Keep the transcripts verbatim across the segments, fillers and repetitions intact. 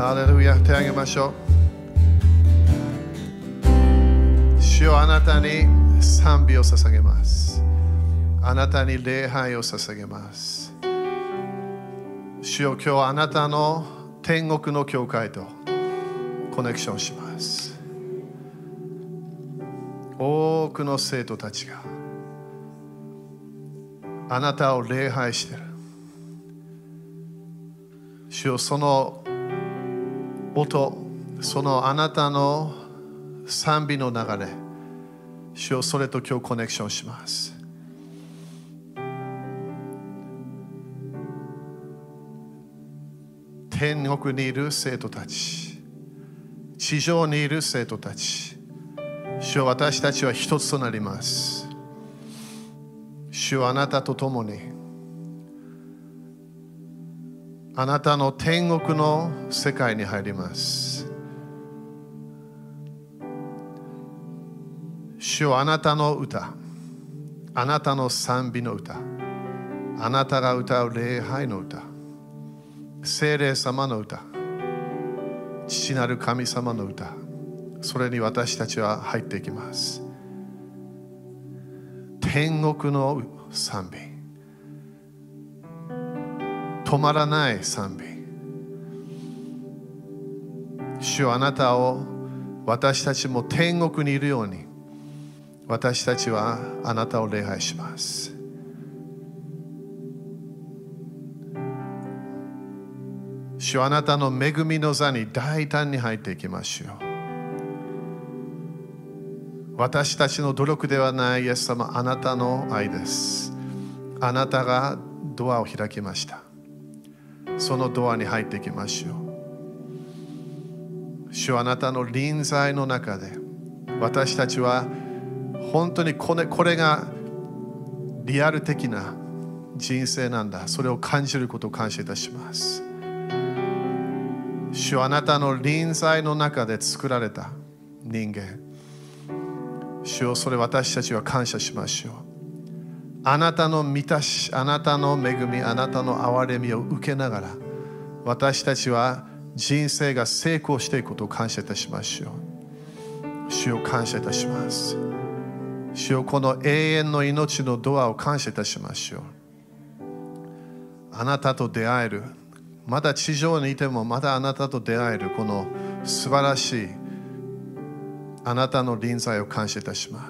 ハレルヤ、手を挙げましょう。主よ、あなたに賛美を捧げます。あなたに礼拝を捧げます。主よ、今日あなたの天国の教会とコネクションします。多くの生徒たちがあなたを礼拝している。主よ、その音、そのあなたの賛美の流れ、主よ、それと今日コネクションします。天国にいる生徒たち、地上にいる生徒たち、主よ、私たちは一つとなります。主よ、あなたと共にあなたの天国の世界に入ります。主よ、あなたの歌、あなたの賛美の歌、あなたが歌う礼拝の歌、聖霊様の歌、父なる神様の歌、それに私たちは入っていきます。天国の賛美、止まらない賛美。主よ、あなたを私たちも天国にいるように、私たちはあなたを礼拝します。主よ、あなたの恵みの座に大胆に入っていきましょう。私たちの努力ではないイエス様、あなたの愛です。あなたがドアを開きました。そのドアに入っていきましょう。主よ、あなたの臨在の中で私たちは本当にこれ、これがリアル的な人生なんだ、それを感じることを感謝いたします。主よ、あなたの臨在の中で作られた人間、主よ、それ私たちは感謝しましょう。あなたの満たし、あなたの恵み、あなたの憐れみを受けながら、私たちは人生が成功していくことを感謝いたしましょう。主を感謝いたします。主よ、この永遠の命のドアを感謝いたしましょう。あなたと出会える、まだ地上にいてもまだあなたと出会える、この素晴らしいあなたの臨在を感謝いたします。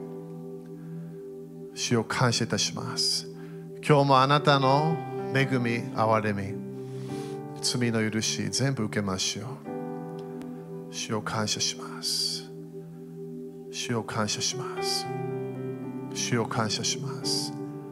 主を感謝いたします。今日もあなたの恵み、憐れみ、罪の許し、全部受けましょう。主を感謝します。主を感謝します。主を感謝します。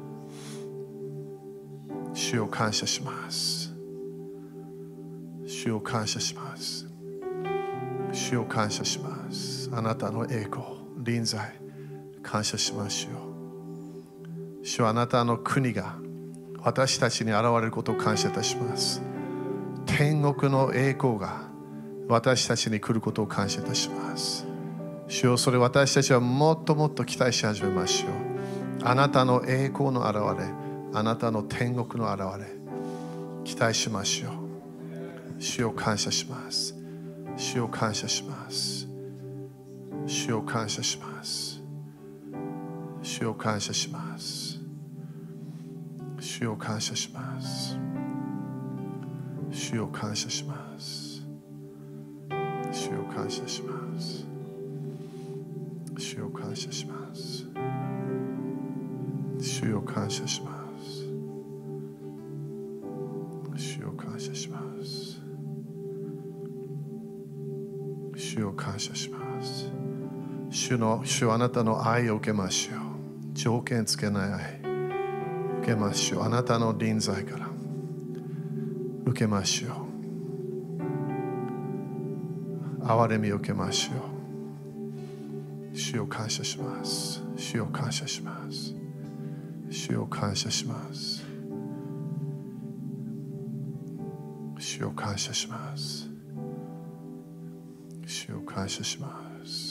主を感謝します。主を感謝します。主を感謝します。あなたの栄光、臨在、感謝しましょう。主はあなたの国が私たちに現れることを感謝いたします。天国の栄光が私たちに来ることを感謝いたします。主よ、それ私たちはもっともっと期待し始めましょう。あなたの栄光の現れ、あなたの天国の現れ、期待しましょう。主を感謝します。主を感謝します。主を感謝します。主を感謝します。主を感謝します。主を感謝します。主を感謝します。主を感謝します。主を感謝します。主を感謝します。主を感謝します。主の、主はあなたの愛を受けましょう。条件つけない愛受けましょう。あなたの臨在から受けましょう。憐れみを受けましょう。主を感謝します。主を感謝します。主を感謝します。主を感謝します。主を感謝します。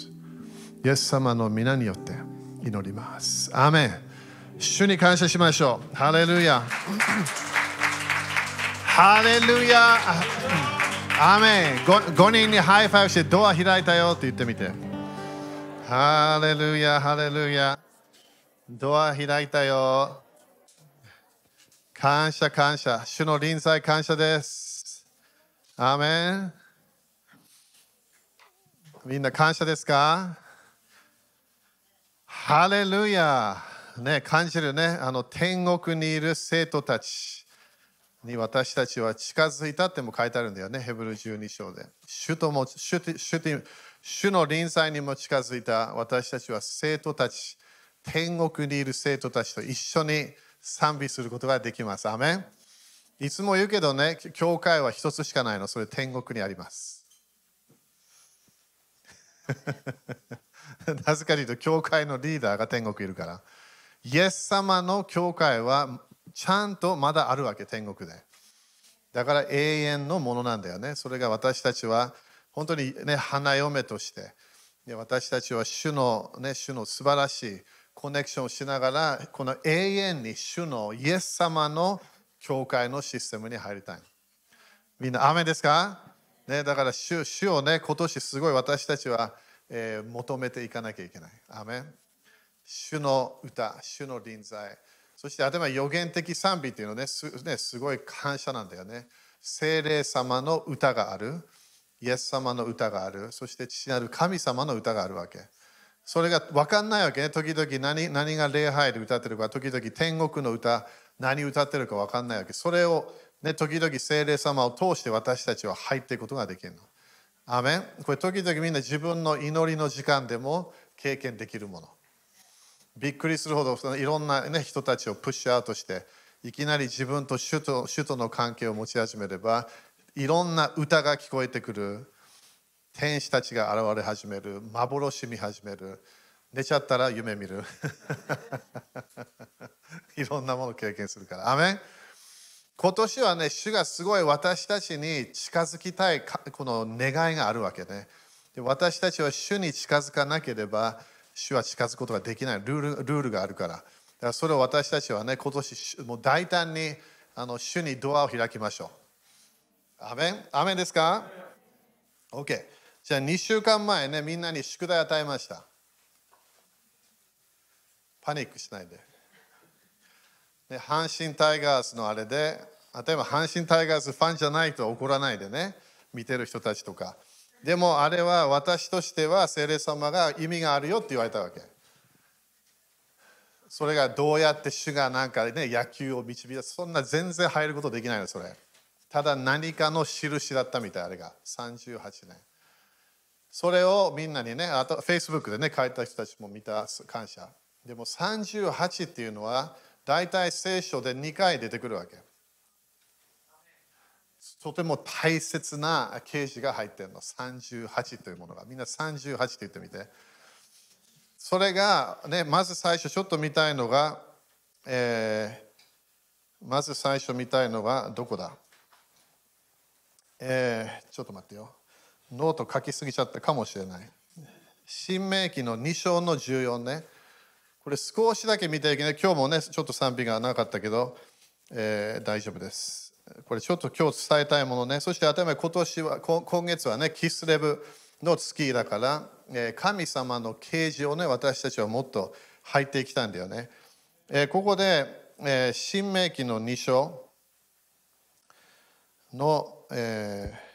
イエス様の皆によって祈ります。アーメン。主に感謝しましょう。ハレルヤ。ハレルヤ。 アーメン。 5, 5人にハイファイブしてドア開いたよって言ってみて。ハレルヤ、ハレルヤ。ドア開いたよ。感謝、感謝。主の臨在感謝です。アーメン。みんな感謝ですか？ハレルヤ。ね、感じるね。あの天国にいる生徒たちに私たちは近づいたっても書いてあるんだよね。ヘブルじゅうに章で。主とも 主, 主, 主の臨在にも近づいた私たちは生徒たち、天国にいる生徒たちと一緒に賛美することができます。アメン。いつも言うけどね、教会は一つしかないの。それ天国にあります。なぜかというと、教会のリーダーが天国にいるから。イエス様の教会はちゃんとまだあるわけ、天国で。だから永遠のものなんだよね。それが私たちは本当にね、花嫁として、私たちは主の、ね、主の素晴らしいコネクションをしながら、この永遠に主のイエス様の教会のシステムに入りたい。みんな、アーメンですか？ね、だから主、主をね、今年すごい私たちは、えー、求めていかなきゃいけない。アーメン。主の歌、主の臨在。そして、例えば予言的賛美っていうのね、す, ね、すごい感謝なんだよね。聖霊様の歌がある。イエス様の歌がある。そして父なる神様の歌があるわけ。それが分かんないわけね。時々 何, 何が礼拝で歌ってるか、時々天国の歌、何歌ってるか分かんないわけ。それを、ね、時々聖霊様を通して私たちは入っていくことができるの。アーメン。これ時々みんな自分の祈りの時間でも経験できるもの。びっくりするほどいろんな、ね、人たちをプッシュアウトして、いきなり自分と主と主との関係を持ち始めれば、いろんな歌が聞こえてくる。天使たちが現れ始める。幻見始める。寝ちゃったら夢見る。いろんなものを経験するから。アメン。今年はね、主がすごい私たちに近づきたいこの願いがあるわけね。で、私たちは主に近づかなければ、主は近づくことができないルール、ルールがあるから。だからそれを私たちはね、今年もう大胆にあの主にドアを開きましょう。アメン。アメンですか？ OK。じゃあにしゅうかんまえね、みんなに宿題与えました。パニックしないで。ね、阪神タイガースのあれで、例えば阪神タイガースファンじゃないと怒らないでね、見てる人たちとか。でもあれは私としては聖霊様が意味があるよって言われたわけ。それがどうやって主がなんかね、野球を導いた、そんな全然入ることできないの、それ。ただ何かの印だったみたい、あれが。さんじゅうはちねん。それをみんなにね、あと Facebook でね、書いた人たちも見た感謝。でもさんじゅうはちっていうのは、大体聖書でにかい出てくるわけ。とても大切な啓示が入っているの。さんじゅうはちというものが。みんなさんじゅうはちって言ってみて。それが、ね、まず最初ちょっと見たいのが、えー、まず最初見たいのがどこだ、えー、ちょっと待ってよ。ノート書きすぎちゃったかもしれない。新明記のに章のじゅうよんね。これ少しだけ見ていけない。今日もね、ちょっと賛美がなかったけど、えー、大丈夫です。これちょっと今日伝えたいものね。そして頭今年は、今月はね、キスレブの月だから、えー、神様の啓示をね、私たちはもっと入っていきたいんだよね。えー、ここで、えー、新明記のに章の、えー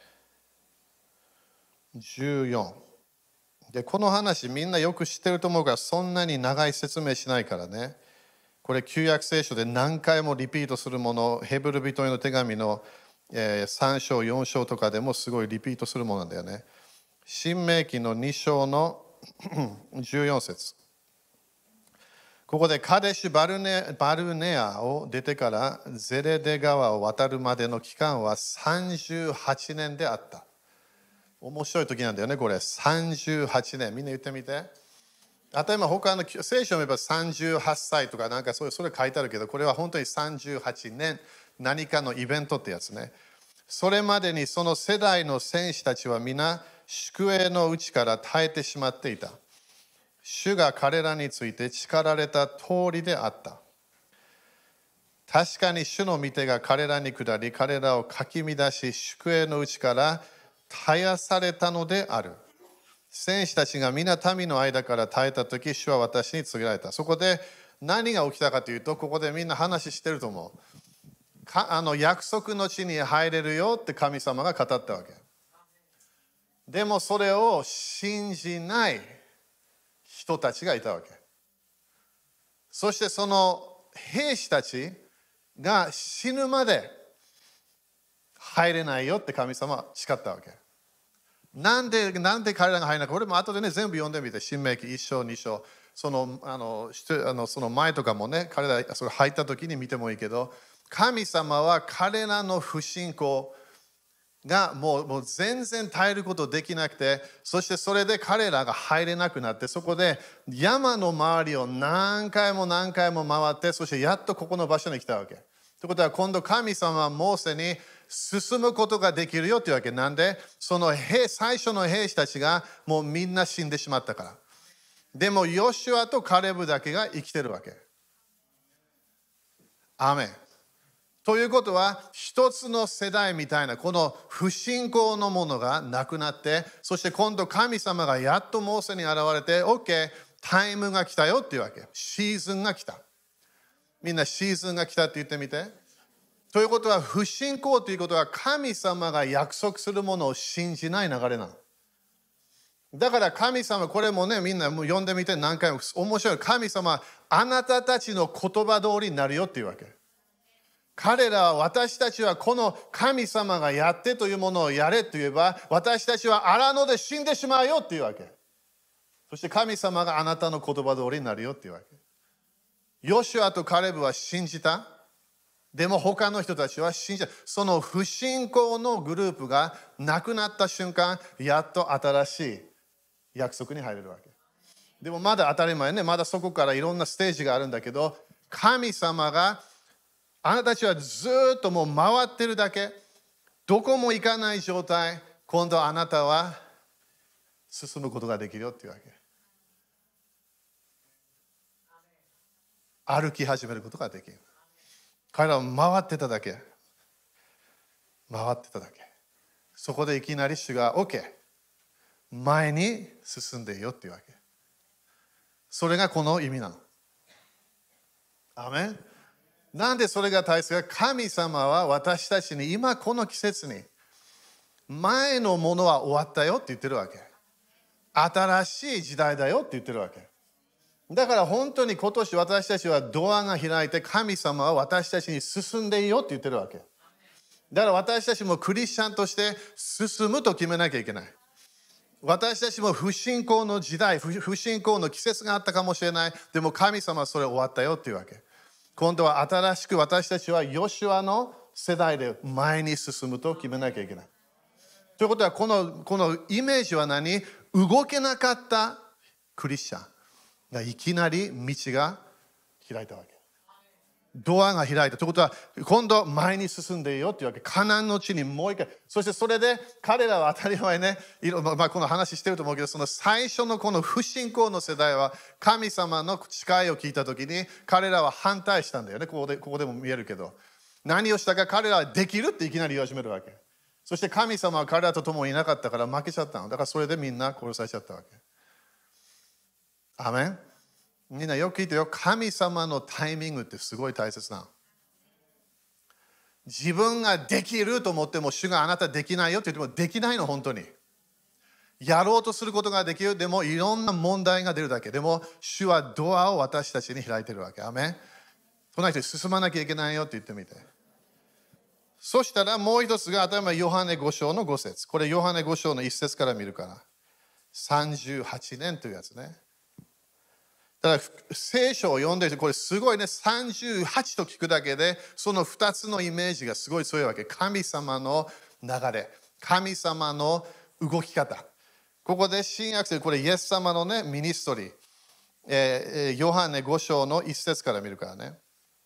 じゅうよんで、この話みんなよく知ってると思うからそんなに長い説明しないからね。これ旧約聖書で何回もリピートするもの、ヘブル人への手紙のさん章よん章とかでもすごいリピートするものなんだよね。新明記のに章のじゅうよん節。ここでカデシュバルネ、バルネアを出てからゼレデ川を渡るまでの期間はさんじゅうはちねんであった。面白い時なんだよね、これ。さんじゅうはちねん。みんな言ってみて。例えば他の聖書を見ればさんじゅうはっさいとかなんかそれ、それ書いてあるけど、これは本当にさんじゅうはちねん、何かのイベントってやつね。それまでにその世代の戦士たちは皆、宿営のうちから耐えてしまっていた。主が彼らについて叱られた通りであった。 確かに主の御手が彼らに下り、彼らをかき乱し、宿営のうちから絶やされたのである。戦士たちが皆民の間から絶えたとき、主は私に告げられた。そこで何が起きたかというと、ここでみんな話してると思う。かあの約束の地に入れるよって神様が語ったわけ。でもそれを信じない人たちがいたわけ。そしてその兵士たちが死ぬまで入れないよって神様は誓ったわけ。なんで、なんで彼らが入らないか、これも後でね、全部読んでみて、新明記いっ章、に章、そのあのあのその前とかもね、彼らそれ入った時に見てもいいけど、神様は彼らの不信仰がもう、もう全然耐えることできなくて、そしてそれで彼らが入れなくなって、そこで山の周りを何回も何回も回って、そしてやっとここの場所に来たわけ。ということは今度神様はモーセに進むことができるよというわけなんで、その兵最初の兵士たちがもうみんな死んでしまったから。でもヨシュアとカレブだけが生きてるわけ。アーメン。ということは、一つの世代みたいなこの不信仰のものがなくなって、そして今度神様がやっとモーセに現れて、OK、タイムが来たよっていうわけ。シーズンが来た。みんなシーズンが来たって言ってみて。ということは、不信仰ということは神様が約束するものを信じない流れなの。だから神様、これもね、みんなもう読んでみて何回も面白い。神様、あなたたちの言葉通りになるよっていうわけ。彼らは私たちはこの神様がやってというものをやれと言えば、私たちは荒野で死んでしまうよっていうわけ。そして神様があなたの言葉通りになるよっていうわけ。ヨシュアとカレブは信じた。でも他の人たちは信じた。その不信仰のグループがなくなった瞬間、やっと新しい約束に入れるわけ。でもまだ当たり前ね、まだそこからいろんなステージがあるんだけど、神様があなたたちはずっともう回ってるだけ、どこも行かない状態、今度あなたは進むことができるよっていうわけ。歩き始めることができる。彼らは回ってただけ。回ってただけ。そこでいきなり主が OK、前に進んでいいよっていうわけ。それがこの意味なの。アメン。なんでそれが大切か。神様は私たちに今この季節に前のものは終わったよって言ってるわけ。新しい時代だよって言ってるわけ。だから本当に今年私たちはドアが開いて、神様は私たちに進んでいいよって言ってるわけ。だから私たちもクリスチャンとして進むと決めなきゃいけない。私たちも不信仰の時代、不信仰の季節があったかもしれない。でも神様はそれ終わったよっていうわけ。今度は新しく私たちはヨシュアの世代で前に進むと決めなきゃいけない。ということはこの、このイメージは何？動けなかったクリスチャンがいきなり道が開いたわけ。ドアが開いたということは、今度前に進んでいいよというわけ。カナンの地にもう一回。そしてそれで彼らは当たり前ね、いろ、まあ、この話してると思うけど、その最初のこの不信仰の世代は神様の誓いを聞いたときに彼らは反対したんだよね。ここで、ここでも見えるけど。何をしたか、彼らはできるっていきなり言い始めるわけ。そして神様は彼らと共にいなかったから負けちゃったの。だからそれでみんな殺されちゃったわけ。アメン。みんなよく聞いてよ。神様のタイミングってすごい大切なの。自分ができると思っても主があなたできないよって言ってもできないの。本当にやろうとすることができる。でもいろんな問題が出るだけ。でも主はドアを私たちに開いてるわけ。アメン。隣人に進まなきゃいけないよって言ってみて。そしたらもう一つが当たり前、ヨハネご章のご節。これヨハネご章のいち節から見るからさんじゅうはちねんというやつね。だから聖書を読んでいて、これすごいね、さんじゅうはちと聞くだけでそのふたつのイメージがすごい強いわけ。神様の流れ、神様の動き方。ここで新約聖書、これイエス様のねミニストリー、えー、ヨハネご章のいち節から見るからね。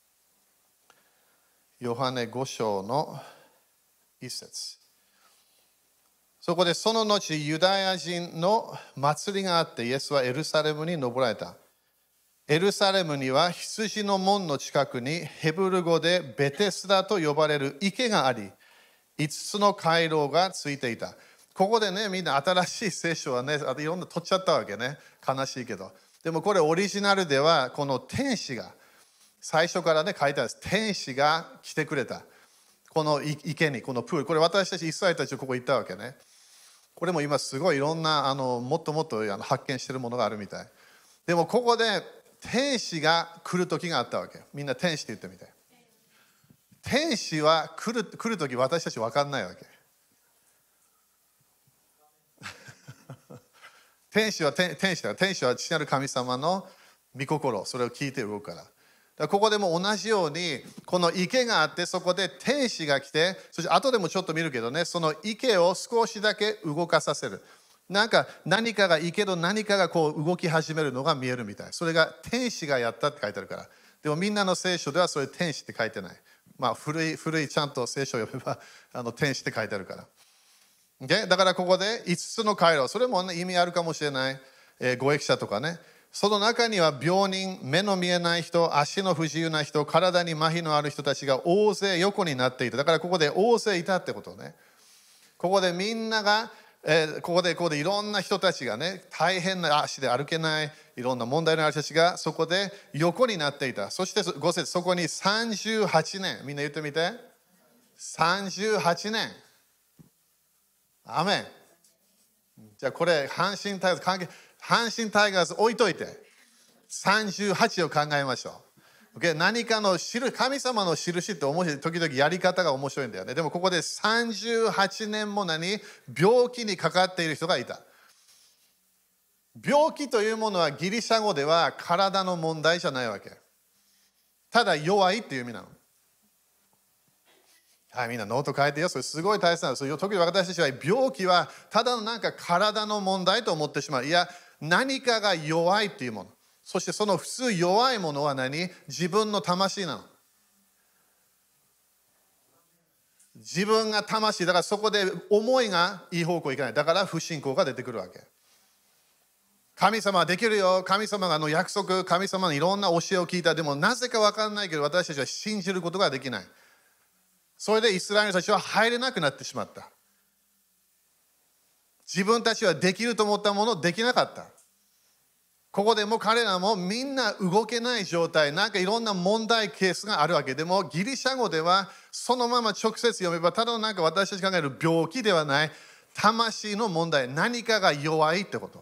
ヨハネご章のいち節。そこでその後ユダヤ人の祭りがあって、イエスはエルサレムに登られた。 エルサレムには羊の門の近くにヘブル語でベテスダと呼ばれる池があり、いつつの回廊がついていた。ここでね、みんな新しい聖書はね、あといろんな取っちゃったわけね。悲しいけど。でもこれオリジナルでは、この天使が、最初からね、書いてあるんです。天使が来てくれた。この池に、このプール。これ私たちイスラエルたちここ行ったわけね。これも今すごいいろんな、あのもっともっとあの発見してるものがあるみたい。でもここで天使が来る時があったわけ。みんな天使って言ってみて。天使は来る、来る時私たち分かんないわけ。天使は天使だ。天使は父なる神様の御心、それを聞いて動くから。だからここでも同じように、この池があって、そこで天使が来て、そして後でもちょっと見るけどね、その池を少しだけ動かさせる。なんか何かがいいけど何かがこう動き始めるのが見えるみたい。それが天使がやったって書いてあるから。でもみんなの聖書ではそれ天使って書いてない。まあ古い、古いちゃんと聖書を読めばあの天使って書いてあるから。Okay? だからここでいつつの回路、それも、ね、意味あるかもしれない、えー、語益者とかね。その中には病人、目の見えない人、足の不自由な人、体に麻痺のある人たちが大勢横になっていた。だからここで大勢いたってことね。ここでみんなが、えー、ここでここでいろんな人たちがね、大変な足で歩けない、いろんな問題のある人たちがそこで横になっていた。そしてご節、そこにさんじゅうはちねん、みんな言ってみて。さんじゅうはちねん。アメン。じゃあこれ阪神タイガース関係阪神タイガース置いといてさんじゅうはちを考えましょう。Okay? 何かの印、神様の印って面白い、時々やり方が面白いんだよね。でもここでさんじゅうはちねんも何病気にかかっている人がいた。病気というものはギリシャ語では体の問題じゃないわけ。ただ弱いっていう意味なの。はい、みんなノート書いてよ。それすごい大切なんですよ。時々私たちは病気はただのなんか体の問題と思ってしまう。いや、何かが弱いっていうもの。そしてその普通弱いものは何？自分の魂なの。自分が魂、だからそこで思いがいい方向に行かない。だから不信仰が出てくるわけ。神様はできるよ。神様がの約束、神様のいろんな教えを聞いた。でもなぜか分からないけど私たちは信じることができない。それでイスラエルの人たちは入れなくなってしまった。自分たちはできると思ったものできなかった。ここでも彼らもみんな動けない状態、なんかいろんな問題ケースがあるわけでも、ギリシャ語ではそのまま直接読めば、ただのなんか私たちが考える病気ではない、魂の問題、何かが弱いってこと。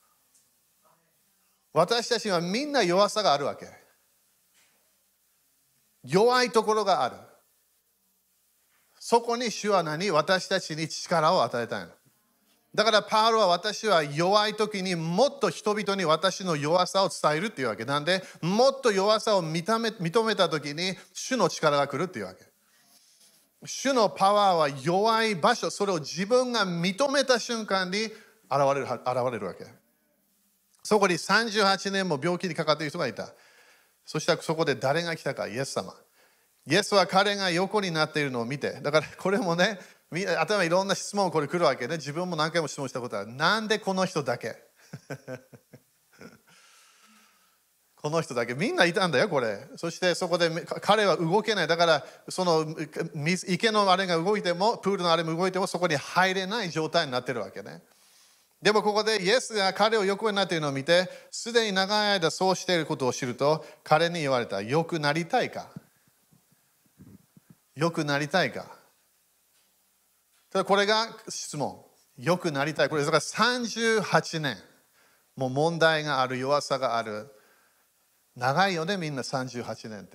私たちはみんな弱さがあるわけ。弱いところがある。そこに主は何？私たちに力を与えたいの。だからパウロは私は弱い時にもっと人々に私の弱さを伝えるっていうわけ。なんでもっと弱さを認め、認めた時に主の力が来るっていうわけ。主のパワーは弱い場所、それを自分が認めた瞬間に現れる、現れるわけ。そこにさんじゅうはちねんも病気にかかっている人がいた。そしたらそこで誰が来たか？イエス様。イエスは彼が横になっているのを見て、だからこれもね、頭いろんな質問これ来るわけね。自分も何回も質問したことある。なんでこの人だけこの人だけみんないたんだよこれ。そしてそこで彼は動けない。だからその池のあれが動いても、プールのあれも動いてもそこに入れない状態になってるわけね。でもここでイエスが彼を横になっているのを見て、すでに長い間そうしていることを知ると、彼に言われた。良くなりたいか？良くなりたいか？これが質問。良くなりたい。これだからさんじゅうはちねん。もう問題がある、弱さがある。長いよね、みんなさんじゅうはちねんって。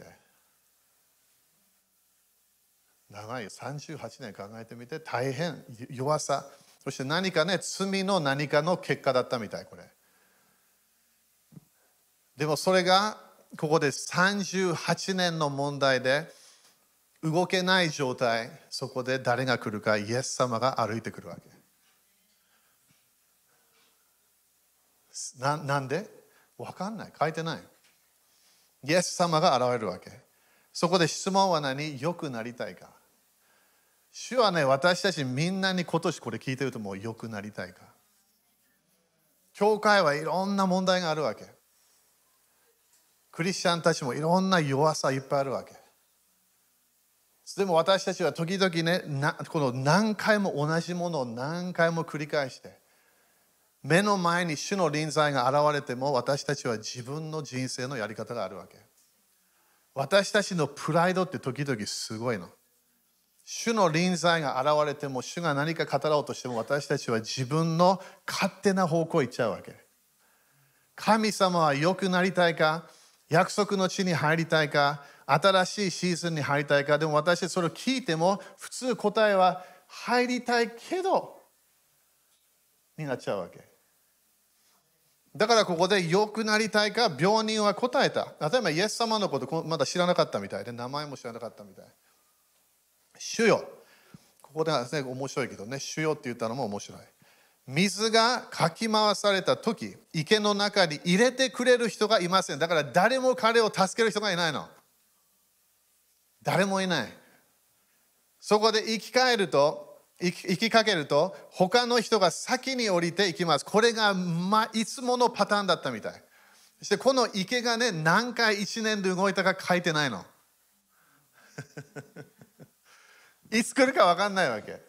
長いよ、さんじゅうはちねん考えてみて。大変、弱さ。そして何かね、罪の何かの結果だったみたい、これ。でもそれが、ここでさんじゅうはちねんの問題で、動けない状態、そこで誰が来るか、イエス様が歩いてくるわけ。な, なんでわかんない。書いてない。イエス様が現れるわけ。そこで質問は何？良くなりたいか？主はね、私たちみんなに今年これ聞いてるともう良くなりたいか？教会はいろんな問題があるわけ。 クリスチャンたちもいろんな弱さいっぱいあるわけ。でも私たちは時々ね、なこの何回も同じものを何回も繰り返して、目の前に主の臨在が現れても、私たちは自分の人生のやり方があるわけ。私たちのプライドって時々すごいの。主の臨在が現れても、主が何か語ろうとしても、私たちは自分の勝手な方向へ行っちゃうわけ。神様は良くなりたいか、約束の地に入りたいか、新しいシーズンに入りたいか。でも私それを聞いても、普通答えは入りたいけどになっちゃうわけ。だからここで良くなりたいか、病人は答えた。例えばイエス様のことまだ知らなかったみたいで、名前も知らなかったみたい。主よ、ここでは、ね、面白いけどね、主よって言ったのも面白い。水がかき回されたとき、池の中に入れてくれる人がいません。だから誰も彼を助ける人がいないの。誰もいない。そこで生き返ると、生き、生きかけると、他の人が先に降りていきます。これが、ま、いつものパターンだったみたい。そしてこの池がね、何回いちねんで動いたか書いてないの。いつ来るか分かんないわけ。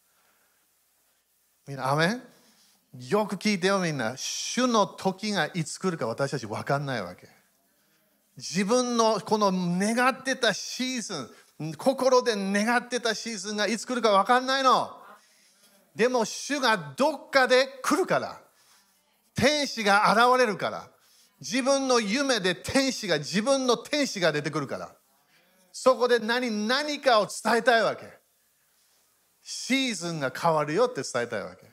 みんな、アメン？よく聞いてよみんな。主の時がいつ来るか私たち分かんないわけ。自分のこの願ってたシーズン、心で願ってたシーズンがいつ来るか分かんないの。でも主がどっかで来るから。天使が現れるから。自分の夢で天使が、自分の天使が出てくるから。そこで何、何かを伝えたいわけ。シーズンが変わるよって伝えたいわけ。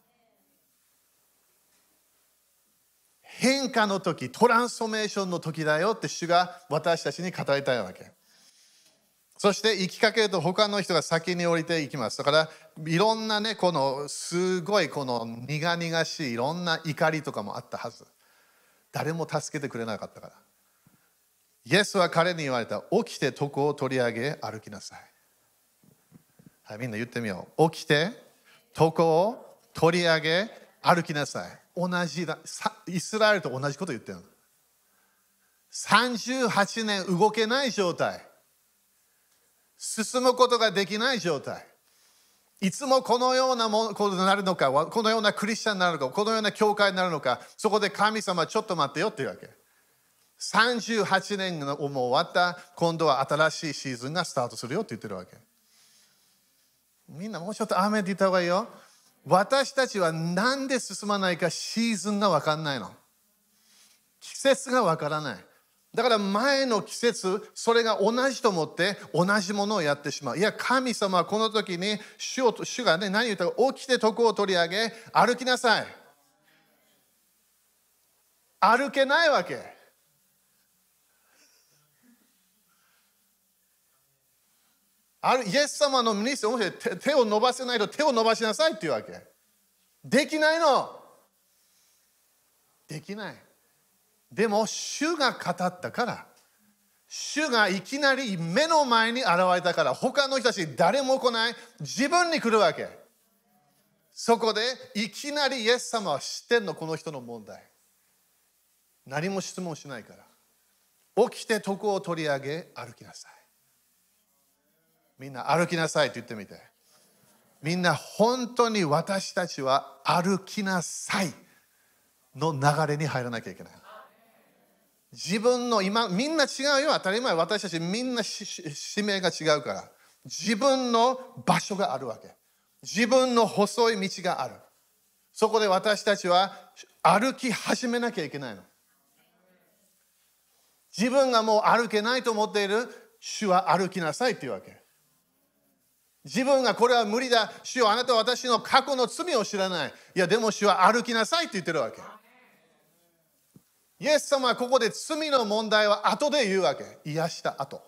変化の時、トランスフォーメーションの時だよって主が私たちに語りたいわけ。そして生きかけると他の人が先に降りていきます。だからいろんなね、このすごいこの苦々しいいろんな怒りとかもあったはず。誰も助けてくれなかったから。イエスは彼に言われた。起きて床を取り上げ歩きなさい。はい、みんな言ってみよう。起きて床を取り上げ歩きなさい。同じだ。イスラエルと同じこと言ってるの。さんじゅうはちねん動けない状態。進むことができない状態。いつもこのようなもことになるのか、このようなクリスチャンになるのか、このような教会になるのか、そこで神様ちょっと待ってよっていうわけ。さんじゅうはちねんがもう終わった、今度は新しいシーズンがスタートするよって言ってるわけ。みんなもうちょっとアーメンって言った方がいいよ。私たちはなんで進まないかシーズンが分かんないの。季節が分からない。だから前の季節、それが同じと思って同じものをやってしまう。いや、神様はこの時に 主, を主がね、何言ったか、起きて床を取り上げ、歩きなさい。歩けないわけ。あるイエス様のミニストリーで手を伸ばせないと手を伸ばしなさいっていうわけ。できないの。できない。でも主が語ったから、主がいきなり目の前に現れたから、他の人たち誰も来ない、自分に来るわけ。そこでいきなりイエス様は知ってんの、この人の問題。何も質問しないから。起きて床を取り上げ歩きなさい。みんな歩きなさいって言ってみて。みんな本当に私たちは歩きなさいの流れに入らなきゃいけない。自分の今、みんな違うよ。当たり前。私たちみんな使命が違うから。自分の場所があるわけ。自分の細い道がある。そこで私たちは歩き始めなきゃいけないの。自分がもう歩けないと思っている、主は歩きなさいっていうわけ。自分がこれは無理だ。主よ、あなたは私の過去の罪を知らない。いや、でも主は歩きなさいって言ってるわけ。イエス様はここで罪の問題は後で言うわけ。癒した後。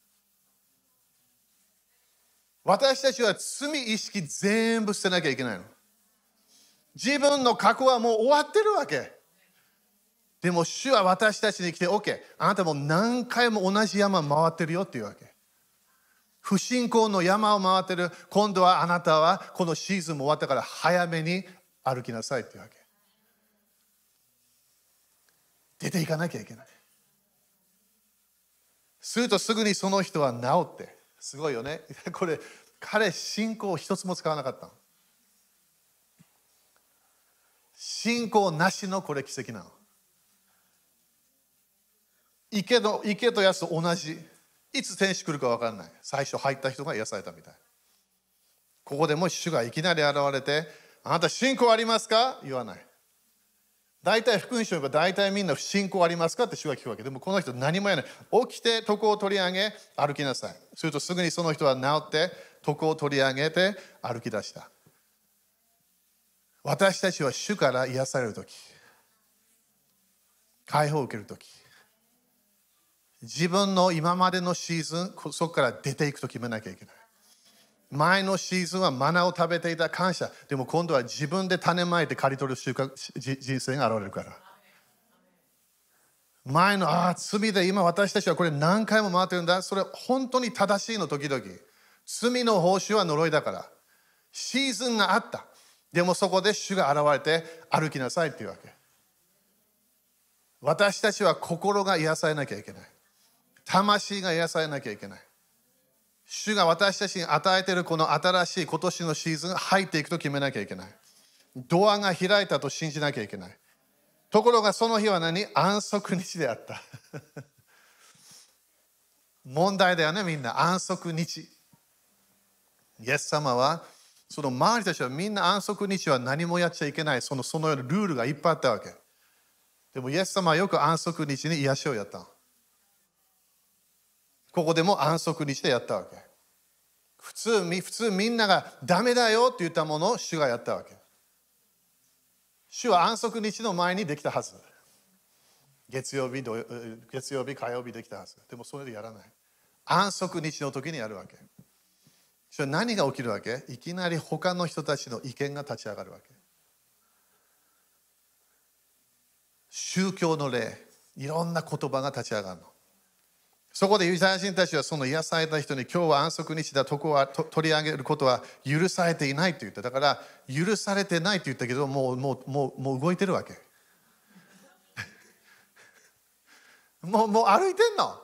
私たちは罪意識全部捨てなきゃいけないの。自分の過去はもう終わってるわけ。でも主は私たちに来て、OK、あなたも何回も同じ山回ってるよっていうわけ。不信仰の山を回ってる。今度はあなたはこのシーズンも終わったから早めに歩きなさいっていうわけ。出ていかなきゃいけない。 するとすぐにその人は治って、すごいよね。これ、彼、信仰を一つも使わなかったの。信仰なしのこれ奇跡なの。池の池とやつと同じ。いつ天使来るか分からない。最初入った人が癒されたみたい。ここでも主がいきなり現れて、あなた信仰ありますか言わない。大体福音書が大体みんな信仰ありますかって主が聞くわけ。でもこの人何もやらない。起きて床を取り上げ歩きなさい。するとすぐにその人は治って床を取り上げて歩き出した。私たちは主から癒されるとき、解放を受けるとき、自分の今までのシーズン、そこから出ていくと決めなきゃいけない。前のシーズンはマナを食べていた感謝。でも今度は自分で種まいて刈り取る習慣人生が現れるから。前のああ罪で今私たちはこれ何回も回ってるんだ。それ本当に正しいの時々。罪の報酬は呪いだから。シーズンがあった。でもそこで主が現れて歩きなさいっていうわけ。私たちは心が癒されなきゃいけない。魂が癒されなきゃいけない。主が私たちに与えているこの新しい今年のシーズン入っていくと決めなきゃいけない。ドアが開いたと信じなきゃいけない。ところがその日は何？安息日であった。問題だよね、みんな。安息日。イエス様は、その周りたちはみんな安息日は何もやっちゃいけない。そのそのようなルールがいっぱいあったわけ。でもイエス様はよく安息日に癒しをやった。ここでも安息日でやったわけ。普通、普通みんながダメだよって言ったものを主がやったわけ。主は安息日の前にできたはず。月曜日、月曜日、火曜日できたはず。でもそれでやらない。安息日の時にやるわけ。それ何が起きるわけ？いきなり他の人たちの意見が立ち上がるわけ。宗教の霊、いろんな言葉が立ち上がるの。そこでユダヤ人たちはその癒された人に今日は安息日だ、とこは取り上げることは許されていないと言った。だから許されてないと言ったけどもう、もう、もう、もう動いてるわけ。もう、もう歩いてんの。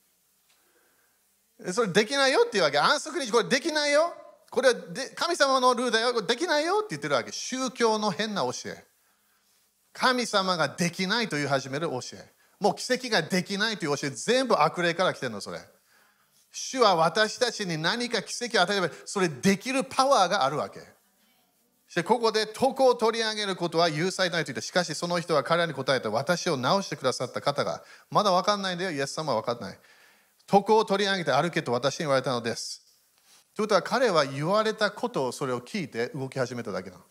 それできないよっていうわけ。安息日これできないよ。これはで神様のルールだよ。これできないよって言ってるわけ。宗教の変な教え。神様ができないという始める教え。もう奇跡ができないという教え、全部悪霊から来てるの、それ。主は私たちに何か奇跡を与えれば、それできるパワーがあるわけ。そしてここで床を取り上げることは許されないと言って、しかしその人は彼らに答えて、私を治してくださった方が、まだ分かんないんだよ、イエス様は分かんない。床を取り上げて歩けと私に言われたのです。ということは彼は言われたことをそれを聞いて動き始めただけなの。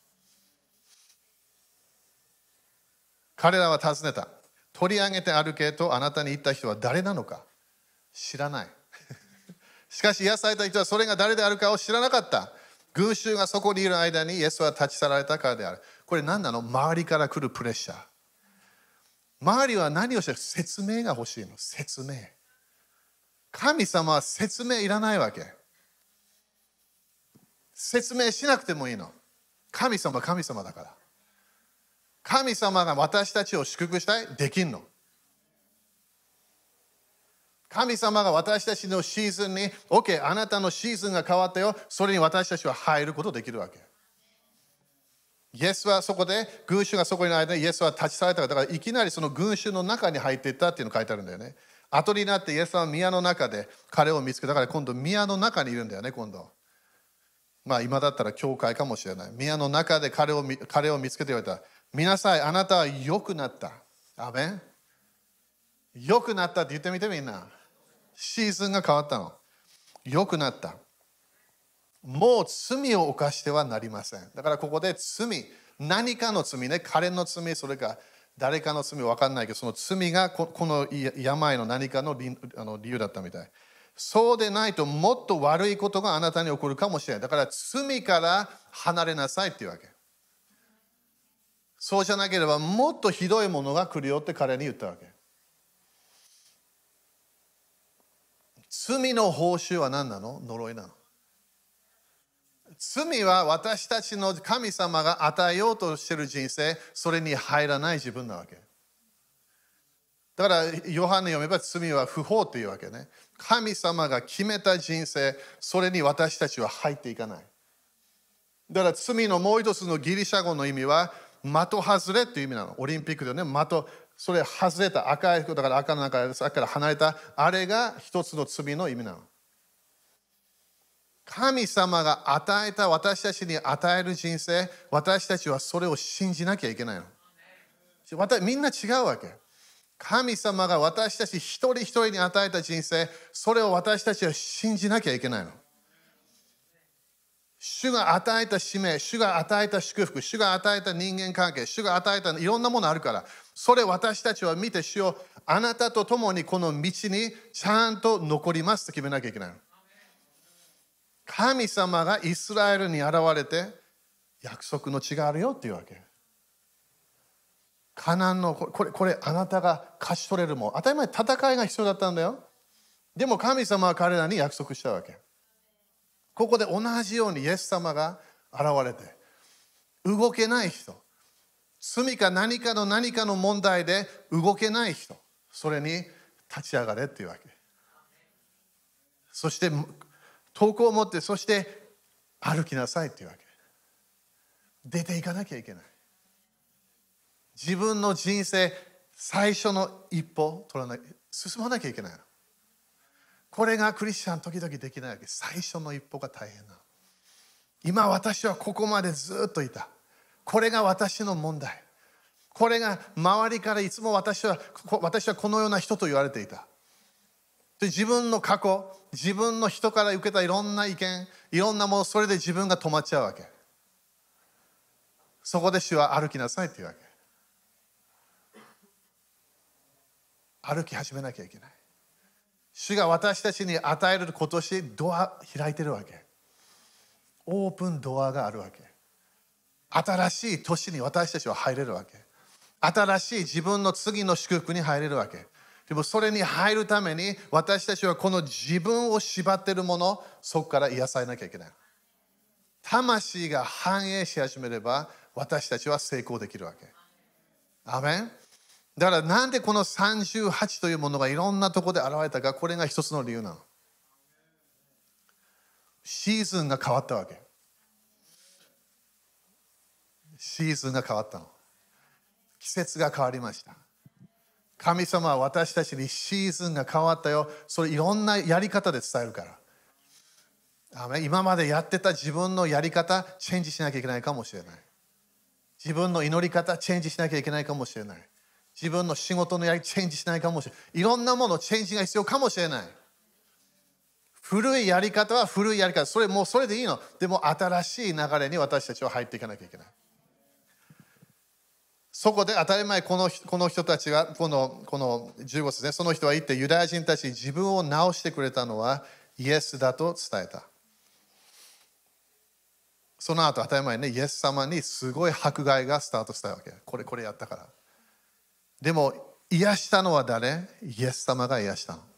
彼らは尋ねた。取り上げて歩けとあなたに言った人は誰なのか知らない。しかし癒された人はそれが誰であるかを知らなかった。群衆がそこにいる間にイエスは立ち去られたからである。これ何なの？周りから来るプレッシャー。周りは何をしてる？説明が欲しいの。説明。神様は説明いらないわけ。説明しなくてもいいの。神様は神様だから。神様が私たちを祝福したい？できんの。神様が私たちのシーズンに OK、 あなたのシーズンが変わったよ。それに私たちは入ることできるわけ。イエスはそこで、群衆がそこにいる間にイエスは立ち去られたから、だからいきなりその群衆の中に入っていったっていうのが書いてあるんだよね。後になってイエスは宮の中で彼を見つけたから、今度宮の中にいるんだよね、今度。まあ今だったら教会かもしれない。宮の中で彼を彼を見つけて言われた。見なさい、あなたは良くなった。アメン。良くなったって言ってみてみんな。シーズンが変わったの。良くなった。もう罪を犯してはなりません。だからここで罪、何かの罪ね、彼の罪、それか誰かの罪分かんないけど、その罪がこの病の何かの理あの理由だったみたい。そうでないともっと悪いことがあなたに起こるかもしれない。だから罪から離れなさいっていうわけ。そうじゃなければもっとひどいものが来るよって彼に言ったわけ。罪の報酬は何なの？呪いなの。罪は私たちの神様が与えようとしている人生、それに入らない自分なわけ。 だから、ヨハネ読めば罪は不法というわけね。神様が決めた人生、それに私たちは入っていかない。だから罪のもう一つのギリシャ語の意味は、的外れという意味なの。オリンピックでね、的、それ外れた赤い、だから赤の中から離れた、あれが一つの罪の意味なの。神様が与えた私たちに与える人生、私たちはそれを信じなきゃいけないの。みんな違うわけ。神様が私たち一人一人に与えた人生、それを私たちは信じなきゃいけないの。主が与えた使命、主が与えた祝福、主が与えた人間関係、主が与えたいろんなものあるから、それ私たちは見て、主よ、あなたと共にこの道にちゃんと残りますと決めなきゃいけないの。神様がイスラエルに現れて、約束の地があるよっていうわけ。カナンのこれ、これあなたが勝ち取れるもん。当たり前戦いが必要だったんだよ。でも神様は彼らに約束したわけ。ここで同じようにイエス様が現れて、動けない人、罪か何かの何かの問題で動けない人、それに立ち上がれっていうわけ。そして投稿を持って、そして歩きなさいっていうわけ。出ていかなきゃいけない。自分の人生最初の一歩取らない、進まなきゃいけないの。これがクリスチャン時々できないわけ。最初の一歩が大変なの。今私はここまでずっといた。これが私の問題。これが周りからいつも私は私はこのような人と言われていた。で自分の過去、自分の人から受けたいろんな意見、いろんなもの、それで自分が止まっちゃうわけ。そこで主は歩きなさいって言うわけ。歩き始めなきゃいけない。主が私たちに与える今年ドア開いてるわけ。オープンドアがあるわけ。新しい年に私たちは入れるわけ。新しい自分の次の祝福に入れるわけ。でもそれに入るために私たちはこの自分を縛っているもの、そこから癒されなきゃいけない。魂が反映し始めれば私たちは成功できるわけ。アメン。だからなんでこのさんじゅうはちというものがいろんなところで現れたか、これが一つの理由なの。シーズンが変わったわけ。シーズンが変わったの。季節が変わりました。神様は私たちにシーズンが変わったよ。それいろんなやり方で伝えるから。今までやってた自分のやり方、チェンジしなきゃいけないかもしれない。自分の祈り方、チェンジしなきゃいけないかもしれない。自分の仕事のやりチェンジしないかもしれない。いろんなものチェンジが必要かもしれない。古いやり方は古いやり方。それもうそれでいいの。でも新しい流れに私たちは入っていかなきゃいけない。そこで当たり前、この、この人たちが、この、このじゅうご節ね、その人は言って、ユダヤ人たちに自分を直してくれたのはイエスだと伝えた。その後、当たり前ね、イエス様にすごい迫害がスタートしたわけ。これ、これやったから。でも、癒したのは誰？イエス様が癒したの。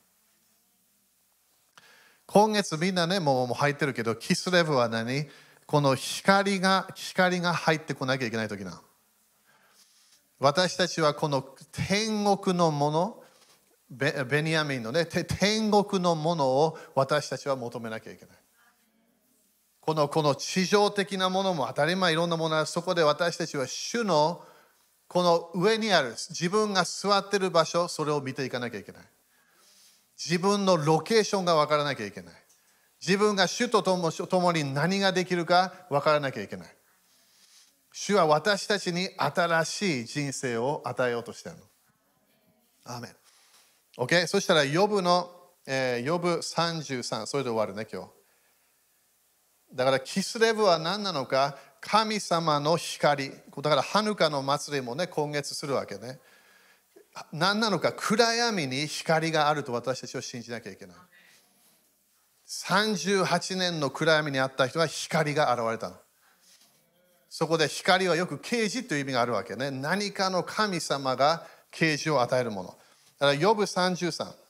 今月みんなね、もう入ってるけど、キスレブは何？この光が、光が入ってこなきゃいけない時なの。私たちはこの天国のもの、ベ、ベニヤミンのね、天国のものを私たちは求めなきゃいけない。この、この地上的なものも当たり前いろんなものは、そこで私たちは主のこの上にある自分が座っている場所、それを見ていかなきゃいけない。自分のロケーションが分からなきゃいけない。自分が主と共に何ができるか分からなきゃいけない。主は私たちに新しい人生を与えようとしているの。アーメン。OK？ そしたら、ヨブの、えー、ヨブさんじゅうさん、それで終わるね、今日。だから、キスレブは何なのか、神様の光。だから、ハヌカの祭りもね、今月するわけね。何なのか、暗闇に光があると私たちは信じなきゃいけない。さんじゅうはちねんの暗闇にあった人は光が現れたの。そこで光はよく啓示という意味があるわけね。何かの神様が啓示を与えるもの。だから、ヨブさんじゅうさん。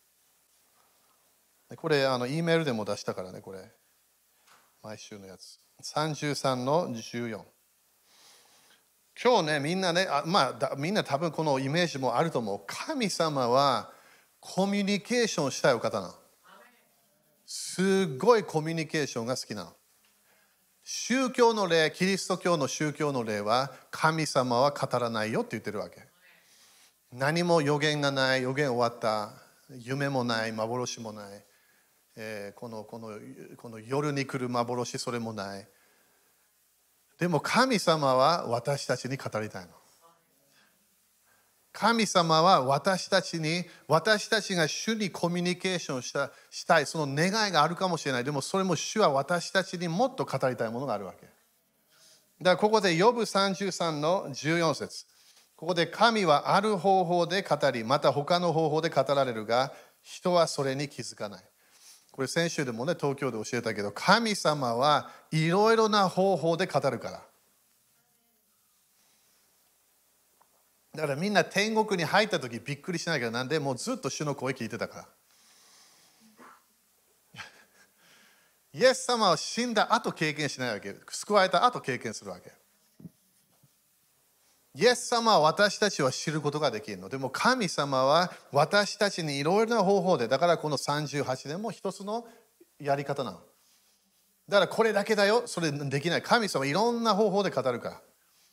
これ、あの、Eメールでも出したからね、これ。毎週のやつ。さんじゅうさんのじゅうよん。 今日ね、みんなね、あまあだ、みんな多分このイメージもあると思う。神様はコミュニケーションしたいお方なの。すごいコミュニケーションが好きなの。宗教の例、キリスト教の宗教の例は、神様は語らないよって言ってるわけ。何も予言がない、予言終わった、夢もない、幻もない、えー、この、この、この夜に来る幻、それもない。でも神様は私たちに語りたいの。神様は私たちに、私たちが主にコミュニケーションした、したい、その願いがあるかもしれない。でもそれも主は私たちにもっと語りたいものがあるわけ。だからここでヨブさんじゅうさんのじゅうよん節。ここで神はある方法で語り、また他の方法で語られるが、人はそれに気づかない。これ先週でもね、東京で教えたけど、神様はいろいろな方法で語るから。だからみんな天国に入った時びっくりしないけど、なんでもうずっと主の声聞いてたから。イエス様は死んだ後経験しないわけ。救われた後経験するわけ。イエス様は私たちは知ることができるの。でも神様は私たちにいろいろな方法で、だからこのさんじゅうはちねんも一つのやり方なの。だからこれだけだよ、それできない。神様はいろんな方法で語るから。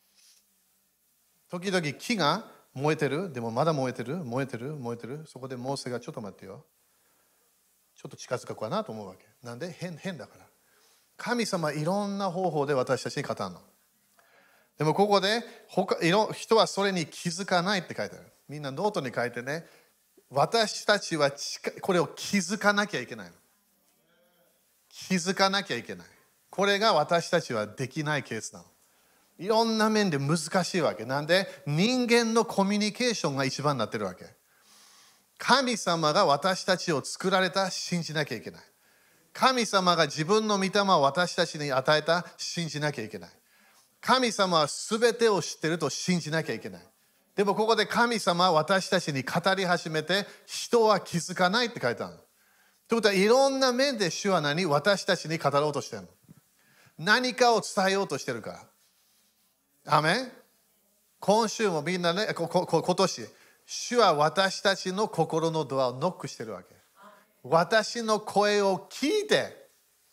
時々木が燃えてる、でもまだ燃えてる、燃えてる、燃えてる。そこでモーセがちょっと待ってよ。ちょっと近づくかなと思うわけ。なんで変、変だから。神様はいろんな方法で私たちに語るの。でもここで他人はそれに気づかないって書いてある。みんなノートに書いてね。私たちはこれを気づかなきゃいけないの。気づかなきゃいけない。これが私たちはできないケースなの。いろんな面で難しいわけ。なんで人間のコミュニケーションが一番になってるわけ。神様が私たちを作られた、信じなきゃいけない。神様が自分の御霊を私たちに与えた、信じなきゃいけない。神様は全てを知っていると信じなきゃいけない。でもここで神様は私たちに語り始めて、人は気づかないって書いてある。ということは、いろんな面で主は何？私たちに語ろうとしてるの。何かを伝えようとしてるから。アメン。今週もみんなね、ここ今年、主は私たちの心のドアをノックしてるわけ。私の声を聞いて、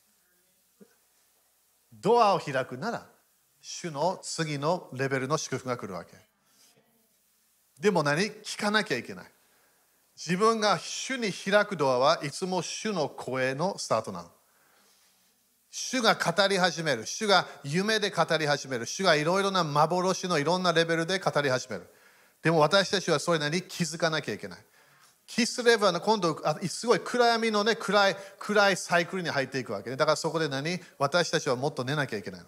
ドアを開くなら、主の次のレベルの祝福が来るわけ。でも何？聞かなきゃいけない。自分が主に開くドアはいつも主の声のスタートなの。主が語り始める。主が夢で語り始める。主がいろいろな幻のいろんなレベルで語り始める。でも私たちはそれなりに気づかなきゃいけない。気すれば今度すごい暗闇のね、暗い暗いサイクルに入っていくわけね。だからそこで何？私たちはもっと寝なきゃいけないの。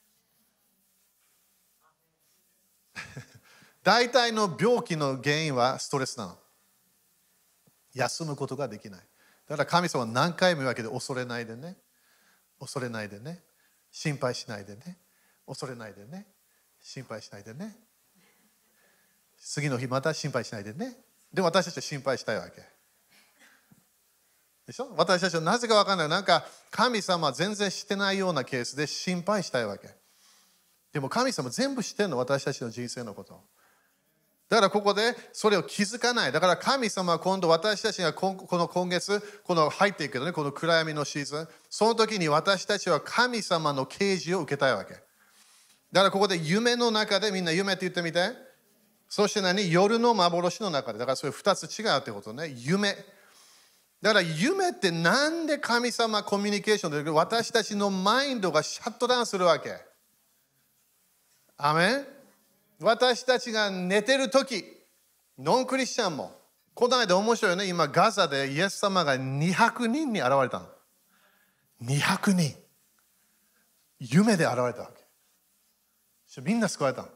大体の病気の原因はストレスなの。休むことができない。だから神様は何回も言うわけで、恐れないでね。恐れないでね。心配しないでね。恐れないでね。心配しないでね。次の日また心配しないでね。でも私たちは心配したいわけ。でしょ？私たちはなぜか分からない。なんか神様は全然知ってないようなケースで心配したいわけ。でも神様全部知ってるの、私たちの人生のこと。だからここでそれを気づかない。だから神様は今度私たちがこの今月、この入っていくけどね、この暗闇のシーズン、その時に私たちは神様の啓示を受けたいわけ。だからここで夢の中で、みんな夢って言ってみて。そして何？夜の幻の中で。だからそれふたつ違うってことね。夢。だから夢ってなんで神様コミュニケーションで私たちのマインドがシャットダウンするわけ。アメン。私たちが寝てるとき、ノンクリスチャンも、この間面白いよね、今ガザでイエス様がにひゃくにんに現れたの。にひゃくにん。夢で現れたわけ。みんな救われたの。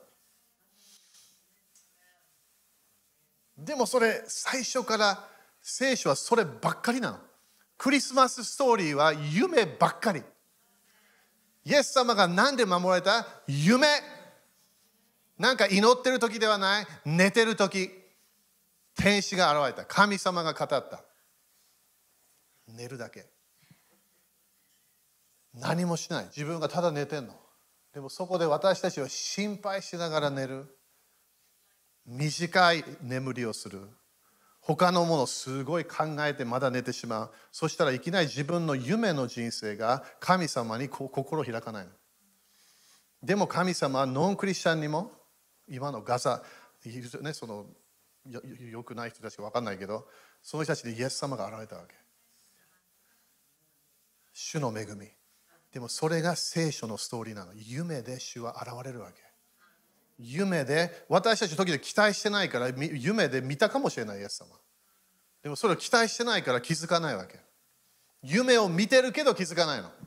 でもそれ、最初から聖書はそればっかりなの。クリスマスストーリーは夢ばっかり。イエス様がなんで守られた？夢。なんか祈ってる時ではない、寝てる時、天使が現れた。神様が語った。寝るだけ。何もしない。自分がただ寝てんの。 でもそこで私たちは心配しながら寝る。短い眠りをする。他のものをすごい考えてまだ寝てしまう。そしたらいきなり自分の夢の人生が神様に心を開かないの。でも神様はノンクリスチャンにも、今のガザ、ね、そのよ, よくない人たちが分かんないけど、その人たちにイエス様が現れたわけ。主の恵み。でもそれが聖書のストーリーなの。夢で主は現れるわけ。夢で、私たち時々期待してないから、夢で見たかもしれない、イエス様。でもそれを期待してないから気づかないわけ。夢を見てるけど気づかないの。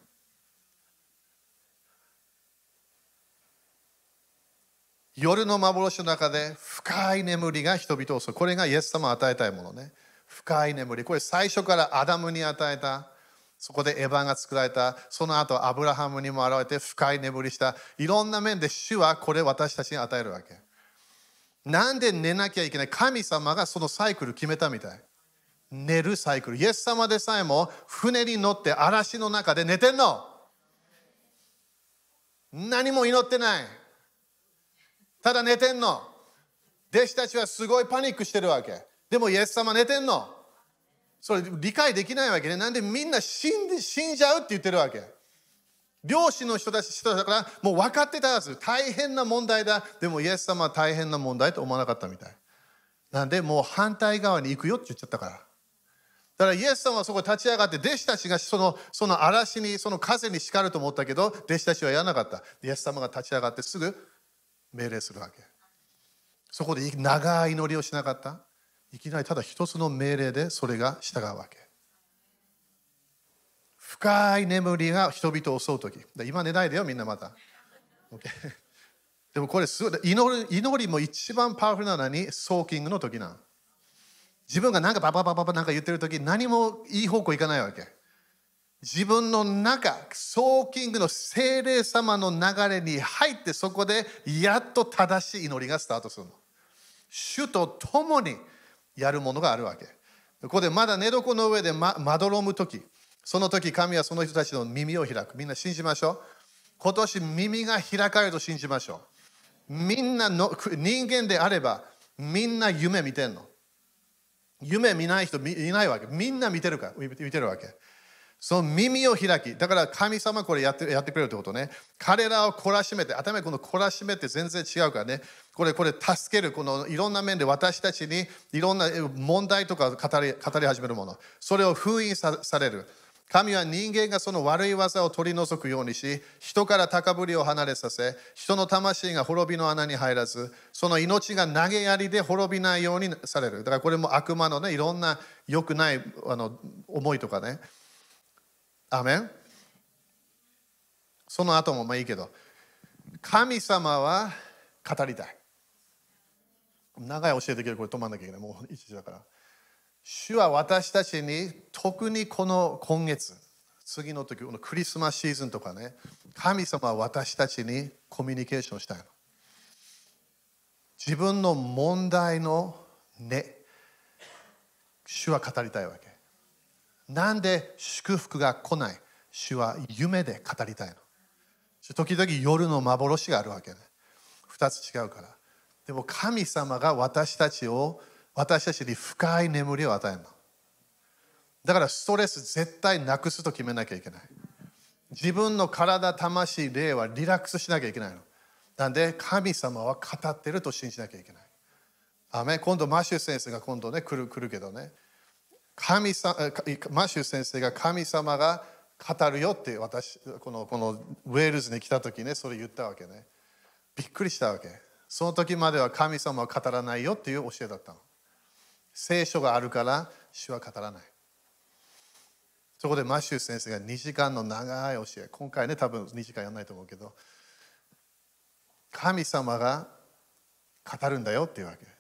夜の幻の中で深い眠りが人々を襲う。これがイエス様を与えたいものね。深い眠り。これ最初からアダムに与えた。そこでエヴァが作られた。その後アブラハムにも現れて深い眠りした。いろんな面で主はこれ私たちに与えるわけ。なんで寝なきゃいけない？神様がそのサイクル決めたみたい。寝るサイクル。イエス様でさえも船に乗って嵐の中で寝てんの。何も祈ってない。ただ寝てんの。弟子たちはすごいパニックしてるわけ。でもイエス様寝てんの。それ理解できないわけね。なんでみんな死んで死んじゃうって言ってるわけ。漁師の人たち人だからもう分かってたはず。大変な問題だ。でもイエス様は大変な問題と思わなかったみたい。なんでもう反対側に行くよって言っちゃったから。だからイエス様はそこに立ち上がって、弟子たちがそのその嵐に、その風に叱ると思ったけど、弟子たちはやらなかった。イエス様が立ち上がってすぐ命令するわけ。そこで長い祈りをしなかった。いきなりただ一つの命令でそれが従うわけ。深い眠りが人々を襲うとき。今寝ないでよ、みんなまた。Okay? でもこれすごい祈り、祈りも一番パワフルなのに、ソーキングの時なの。自分がなんかバババババなんか言ってる時、何もいい方向いかないわけ。自分の中、ソーキングの聖霊様の流れに入って、そこでやっと正しい祈りがスタートするの。主と共にやるものがあるわけ。ここでまだ寝床の上で ま, まどろむとき、その時神はその人たちの耳を開く。みんな信じましょう。今年耳が開かれると信じましょう。みんなの人間であればみんな夢見てんの。夢見ない人いないわけ。みんな見てるから見てるわけ。その耳を開き、だから神様これやって、やってくれるってことね。彼らを懲らしめて、頭この懲らしめって全然違うからね。これ、これ助ける、このいろんな面で私たちにいろんな問題とか語り、語り始めるもの。それを封印 さ, される。神は人間がその悪い技を取り除くようにし、人から高ぶりを離れさせ、人の魂が滅びの穴に入らず、その命が投げやりで滅びないようにされる。だからこれも悪魔のね、いろんな良くないあの思いとかね。アメン。その後もまあいいけど、神様は語りたい。長い教えてきる、これ止まんなきゃいけない。もういちじだから。主は私たちに、特にこの今月、次の時、このクリスマスシーズンとかね、神様は私たちにコミュニケーションしたいの。自分の問題のね、主は語りたいわけ。なんで祝福が来ない？主は夢で語りたいの。時々夜の幻があるわけね。二つ違うから。でも神様が私たちを、私たちに深い眠りを与えるの。だからストレス絶対なくすと決めなきゃいけない。自分の体、魂、霊はリラックスしなきゃいけないの。なんで神様は語ってると信じなきゃいけない。アメン。今度マシュー先生が今度ね来る、来るけどね。神様マシュー先生が神様が語るよって私このこのウェールズに来た時ねそれ言ったわけね。びっくりしたわけ。その時までは神様は語らないよっていう教えだったの。聖書があるから主は語らない。そこでマシュー先生がにじかんの長い教え、今回ね多分にじかんやらないと思うけど、神様が語るんだよっていうわけ。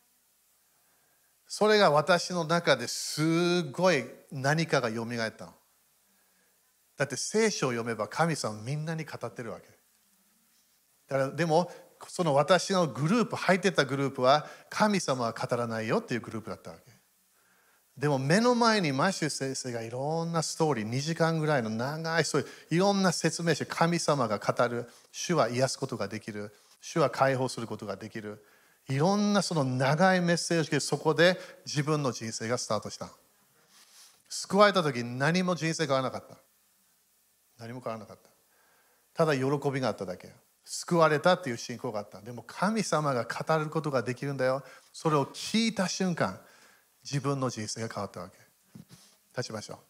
それが私の中ですごい何かがよみがえったの。だって聖書を読めば神様みんなに語ってるわけ。だからでもその私のグループ、入ってたグループは神様は語らないよっていうグループだったわけ。 でも目の前にマシュー先生がいろんなストーリー、にじかんぐらいの長いストーリー、いろんな説明して、神様が語る、主は癒すことができる、主は解放することができる、いろんなその長いメッセージで、そこで自分の人生がスタートした。救われた時に何も人生変わらなかった。何も変わらなかった。ただ喜びがあっただけ。救われたっていう信仰があった。でも神様が語ることができるんだよ。それを聞いた瞬間、自分の人生が変わったわけ。立ちましょう。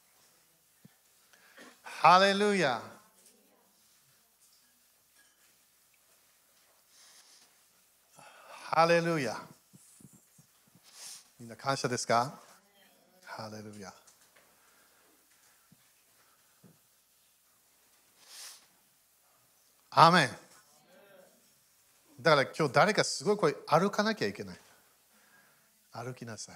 ハレルヤ。ハレルヤ。みんな感謝ですか？ハレルヤ。アーメン。だから今日誰かすごいこれ歩かなきゃいけない。歩きなさい。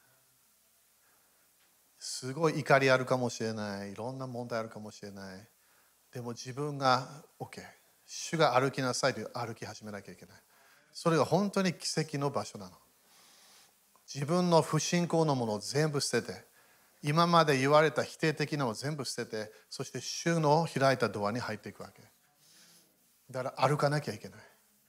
すごい怒りあるかもしれない。いろんな問題あるかもしれない。でも自分が OK。主が歩きなさいと歩き始めなきゃいけない。それが本当に奇跡の場所なの。自分の不信仰のものを全部捨てて、今まで言われた否定的なのを全部捨てて、そして主の開いたドアに入っていくわけ。だから歩かなきゃいけない。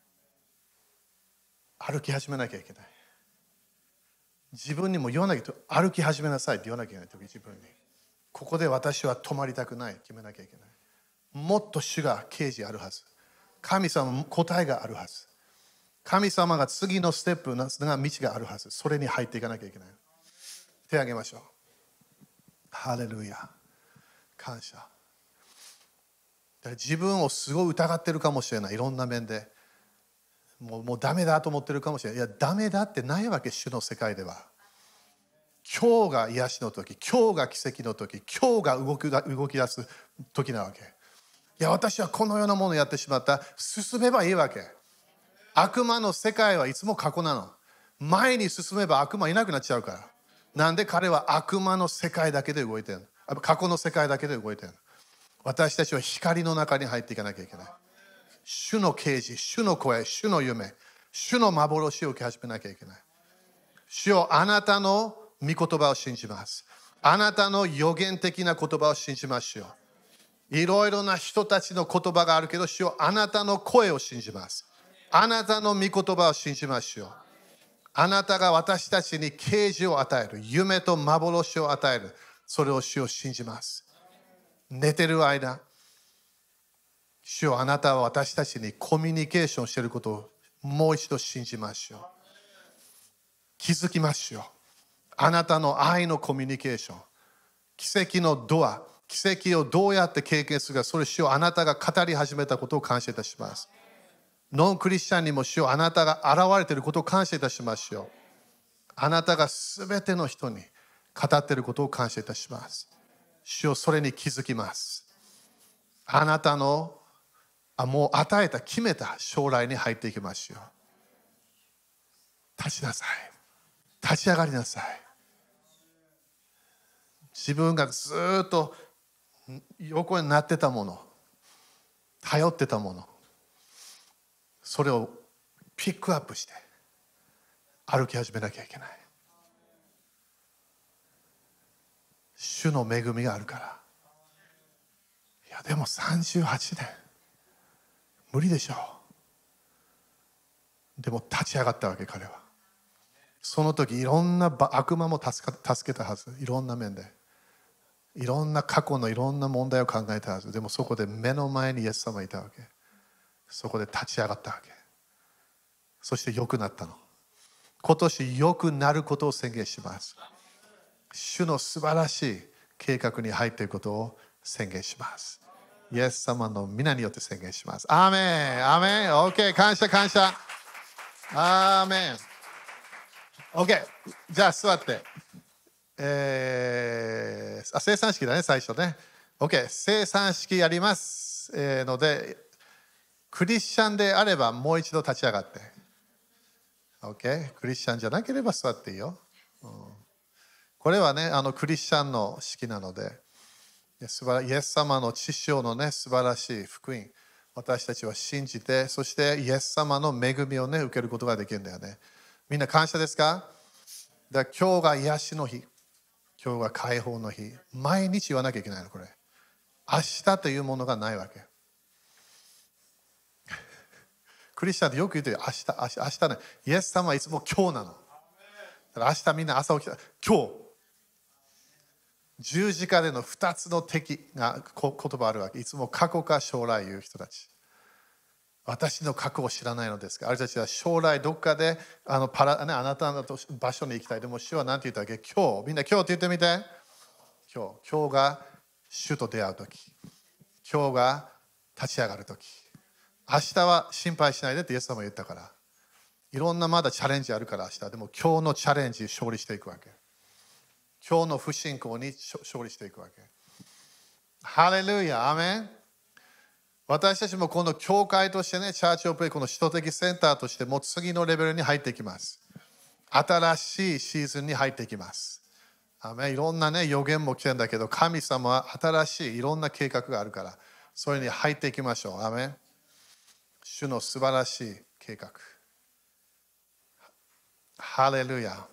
歩き始めなきゃいけない。自分にも言わなきゃいけない。歩き始めなさいって言わなきゃいけない時、自分に。ここで私は止まりたくない。決めなきゃいけない。もっと主が啓示あるはず。神様も答えがあるはず。神様が次のステップの道があるはず。それに入っていかなきゃいけない。手を挙げましょう。ハレルヤ。感謝。自分をすごい疑ってるかもしれない。いろんな面で。もう、もうダメだと思ってるかもしれない。いや、ダメだってないわけ、主の世界では。今日が癒しの時、今日が奇跡の時、今日が動きが動き出す時なわけ。いや、私はこのようなものをやってしまった。進めばいいわけ。悪魔の世界はいつも過去なの。前に進めば悪魔いなくなっちゃうから。なんで彼は悪魔の世界だけで動いてるの。過去の世界だけで動いてるの。私たちは光の中に入っていかなきゃいけない。主の啓示、主の声、主の夢、主の幻を受け始めなきゃいけない。主よ、あなたの御言葉を信じます。あなたの予言的な言葉を信じますよ。いろいろな人たちの言葉があるけど、主よ、あなたの声を信じます。あなたの御言葉を信じますよ。あなたが私たちに啓示を与える、夢と幻を与える、それを主を信じます。寝てる間、主よ、あなたは私たちにコミュニケーションしていることをもう一度信じましょう。気づきましょう。あなたの愛のコミュニケーション、奇跡のドア、奇跡をどうやって経験するか、それ主よ、あなたが語り始めたことを感謝いたします。ノンクリスチャンにも主よ、あなたが現れていることを感謝いたしますよ。あなたがすべての人に語っていることを感謝いたします。主よ、それに気づきます。あなたのあもう与えた、決めた将来に入っていきましょう。立ちなさい。立ち上がりなさい。自分がずっと横になってたもの、頼ってたもの、それをピックアップして歩き始めなきゃいけない。主の恵みがあるから。いやでもさんじゅうはちねん無理でしょう。でも立ち上がったわけ、彼は。その時いろんな悪魔も助か助けたはず。いろんな面でいろんな過去のいろんな問題を考えたはず。でもそこで目の前にイエス様がいたわけ。そこで立ち上がったわけ。そして良くなったの。今年良くなることを宣言します。主の素晴らしい計画に入っていることを宣言します。イエス様の皆によって宣言します。アーメン、アーメン、オッケー、感謝感謝。アーメン。オッケー、じゃあ座って。えー、あ、生産式だね、最初ね。オッケー、生産式やります、えー、ので、クリスチャンであればもう一度立ち上がって。オッケー、クリスチャンじゃなければ座っていいよ。うん、これはね、あのクリスチャンの式なので、イエス様の血潮のね、素晴らしい福音、私たちは信じて、そしてイエス様の恵みをね、受けることができるんだよね。みんな感謝ですか？ だから今日が癒しの日。今日が解放の日。毎日言わなきゃいけないの、これ。明日というものがないわけ。クリスチャンってよく言ってるよ。明日、明日、明日ね。イエス様はいつも今日なの。だから明日みんな朝起きたら、今日。十字架でのふたつの敵が言葉あるわけ。いつも過去か将来言う人たち。私の過去を知らないのですが、あれたちは将来どっかであのパラ、ね、あなたの場所に行きたい。でも主は何て言ったわけ？今日、みんな今日って言ってみて。今日、今日が主と出会うとき。今日が立ち上がるとき。明日は心配しないでってイエス様が言ったから。いろんなまだチャレンジあるから明日。でも今日のチャレンジ勝利していくわけ。今日の不信仰に勝利していくわけ。ハレルヤ、アメン。私たちもこの教会としてね、チャーチオプレイ、この首都的センターとしてもう次のレベルに入っていきます。新しいシーズンに入っていきます。アメン。いろんなね、予言も来てるんだけど、神様は新しいいろんな計画があるから、それに入っていきましょう。アメン。主の素晴らしい計画。ハレルヤ。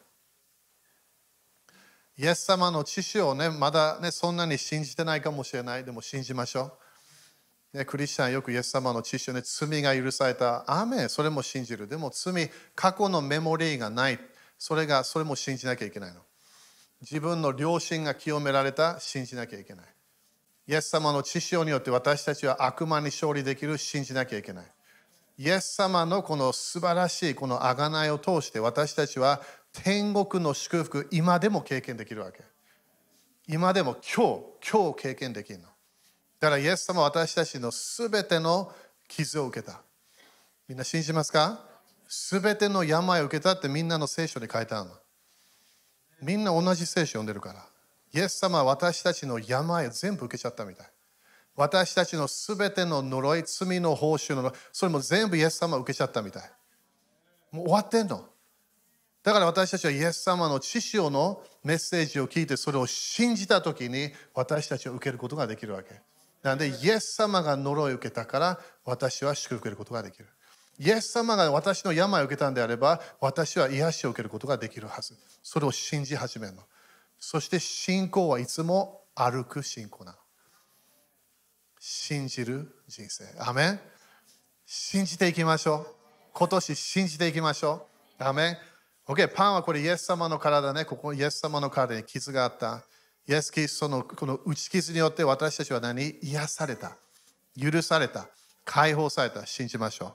イエス様の知識をね、まだね、そんなに信じてないかもしれない。でも信じましょう。ね、クリスチャンよくイエス様の知識をね、罪が許された。アーメン、それも信じる。でも罪、過去のメモリーがない。それが、それも信じなきゃいけないの。自分の良心が清められた、信じなきゃいけない。イエス様の知識によって私たちは悪魔に勝利できる、信じなきゃいけない。イエス様のこの素晴らしいこの贖いを通して私たちは天国の祝福、今でも経験できるわけ。今でも今日、今日経験できるの。だからイエス様は私たちのすべての傷を受けた。みんな信じますか？すべての病を受けたってみんなの聖書に書いてあるの。みんな同じ聖書を読んでるから。イエス様は私たちの病を全部受けちゃったみたい。私たちのすべての呪い、罪の報酬の、それも全部イエス様は受けちゃったみたい。もう終わってんの。だから私たちはイエス様の知識のメッセージを聞いてそれを信じたときに私たちは受けることができるわけ。なのでイエス様が呪いを受けたから私は祝福を受けることができる。イエス様が私の病を受けたんであれば私は癒しを受けることができるはず。それを信じ始めるの。そして信仰はいつも歩く信仰なの。信じる人生。アメン。信じていきましょう。今年信じていきましょう。アメン。OK、パンはこれイエス様の体ね。ここイエス様の体に傷があった。イエス・キリストのこの打ち傷によって私たちは何？癒された。許された。解放された。信じましょう。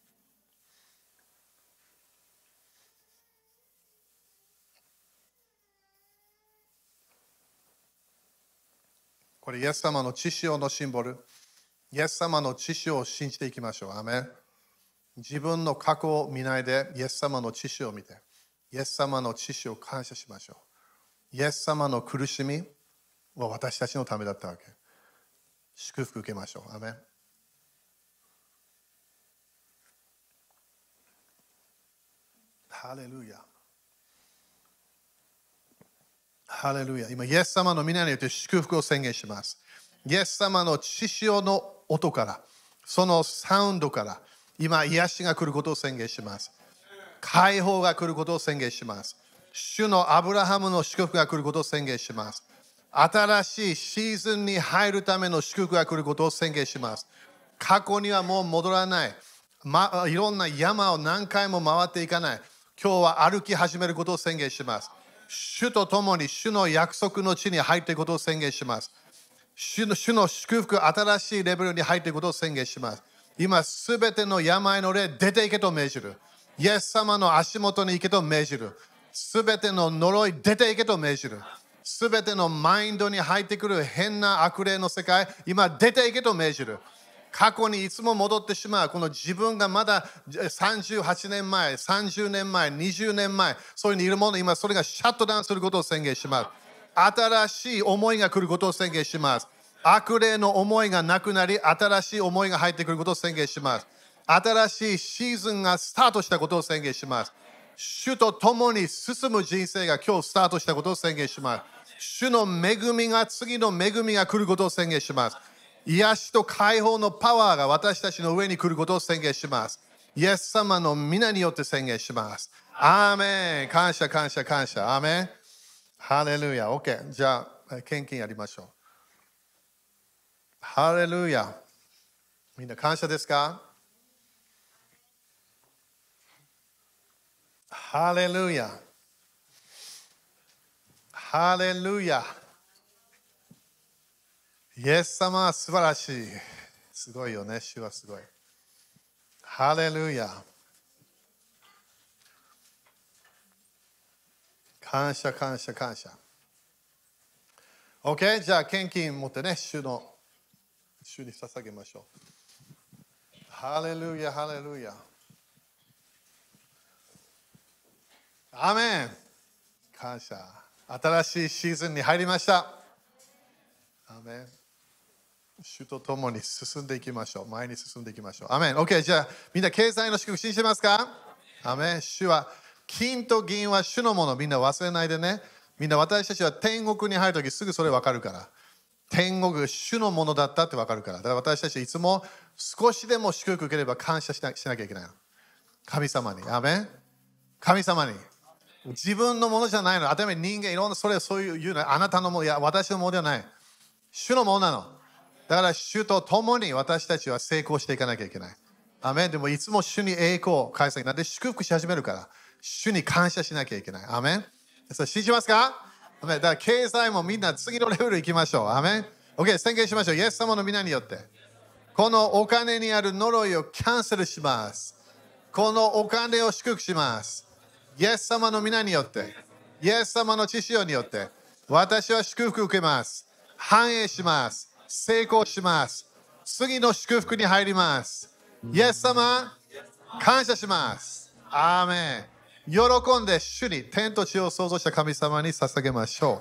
これイエス様の血潮のシンボル。イエス様の血潮を信じていきましょう。アメン。自分の過去を見ないでイエス様の血潮を見て、イエス様の血潮を感謝しましょう。イエス様の苦しみは私たちのためだったわけ。祝福受けましょう。アメン。ハレルヤ。ハレルヤ。今、イエス様の皆によって祝福を宣言します。イエス様の血潮の音から、そのサウンドから、今、癒しが来ることを宣言します。解放が来ることを宣言します。主のアブラハムの祝福が来ることを宣言します。新しいシーズンに入るための祝福が来ることを宣言します。過去にはもう戻らない。ま、いろんな山を何回も回っていかない。今日は歩き始めることを宣言します。主と共に主の約束の地に入っていくことを宣言します。主の、主の祝福、新しいレベルに入っていくことを宣言します。今、すべての病の霊、出ていけと命じる。イエス様の足元に行けと命じる。すべての呪い、出ていけと命じる。すべてのマインドに入ってくる変な悪霊の世界、今、出ていけと命じる。過去にいつも戻ってしまう。この自分がまださんじゅうはちねんまえ、さんじゅうねんまえ、にじゅうねんまえ、そういうにいるもの、今それがシャットダウンすることを宣言します。新しい思いが来ることを宣言します。悪霊の思いがなくなり、新しい思いが入ってくることを宣言します。新しいシーズンがスタートしたことを宣言します。主と共に進む人生が今日スタートしたことを宣言します。主の恵みが、次の恵みが来ることを宣言します。癒しと解放のパワーが私たちの上に来ることを宣言します。イエス様の皆によって宣言します。 アーメン。感謝、感謝、感謝。アーメン。ハレルヤ。OK。じゃあ、献金やりましょう。ハレルヤ。みんな感謝ですか？ハレルヤ。ハレルヤ。イエス様は素晴らしい。すごいよね。主はすごい。ハレルヤ。感謝、感謝、感謝。OK? じゃあ、献金持ってね、主の、主に捧げましょう。ハレルヤ、ハレルヤ。アーメン。感謝。新しいシーズンに入りました。アーメン。主と共に進んでいきましょう。前に進んでいきましょう。アーメン。OK。じゃあ、みんな経済の祝福信じてますか？アーメン。主は、金と銀は主のもの。みんな忘れないでね。みんな私たちは天国に入るときすぐそれ分かるから。天国、主のものだったって分かるから。だから私たちいつも少しでも祝福受ければ感謝しなしなきゃいけないの。神様に。アーメン。神様に。自分のものじゃないの。頭に人間いろんな、それそういう言うの。あなたのもの、いや、私のものではない。主のものなの。だから主と共に私たちは成功していかなきゃいけない。アメン。でもいつも主に栄光を返す。なんで祝福し始めるから。主に感謝しなきゃいけない。アメン。それ信じますか？アメン。だから経済もみんな次のレベル行きましょう。アメン。OK、宣言しましょう。イエス様の皆によって。このお金にある呪いをキャンセルします。このお金を祝福します。イエス様の皆によって。イエス様の知識によって。私は祝福受けます。繁栄します。成功します。次の祝福に入ります。イエス様、感謝します。アーメン。喜んで主に天と地を創造した神様に捧げましょう。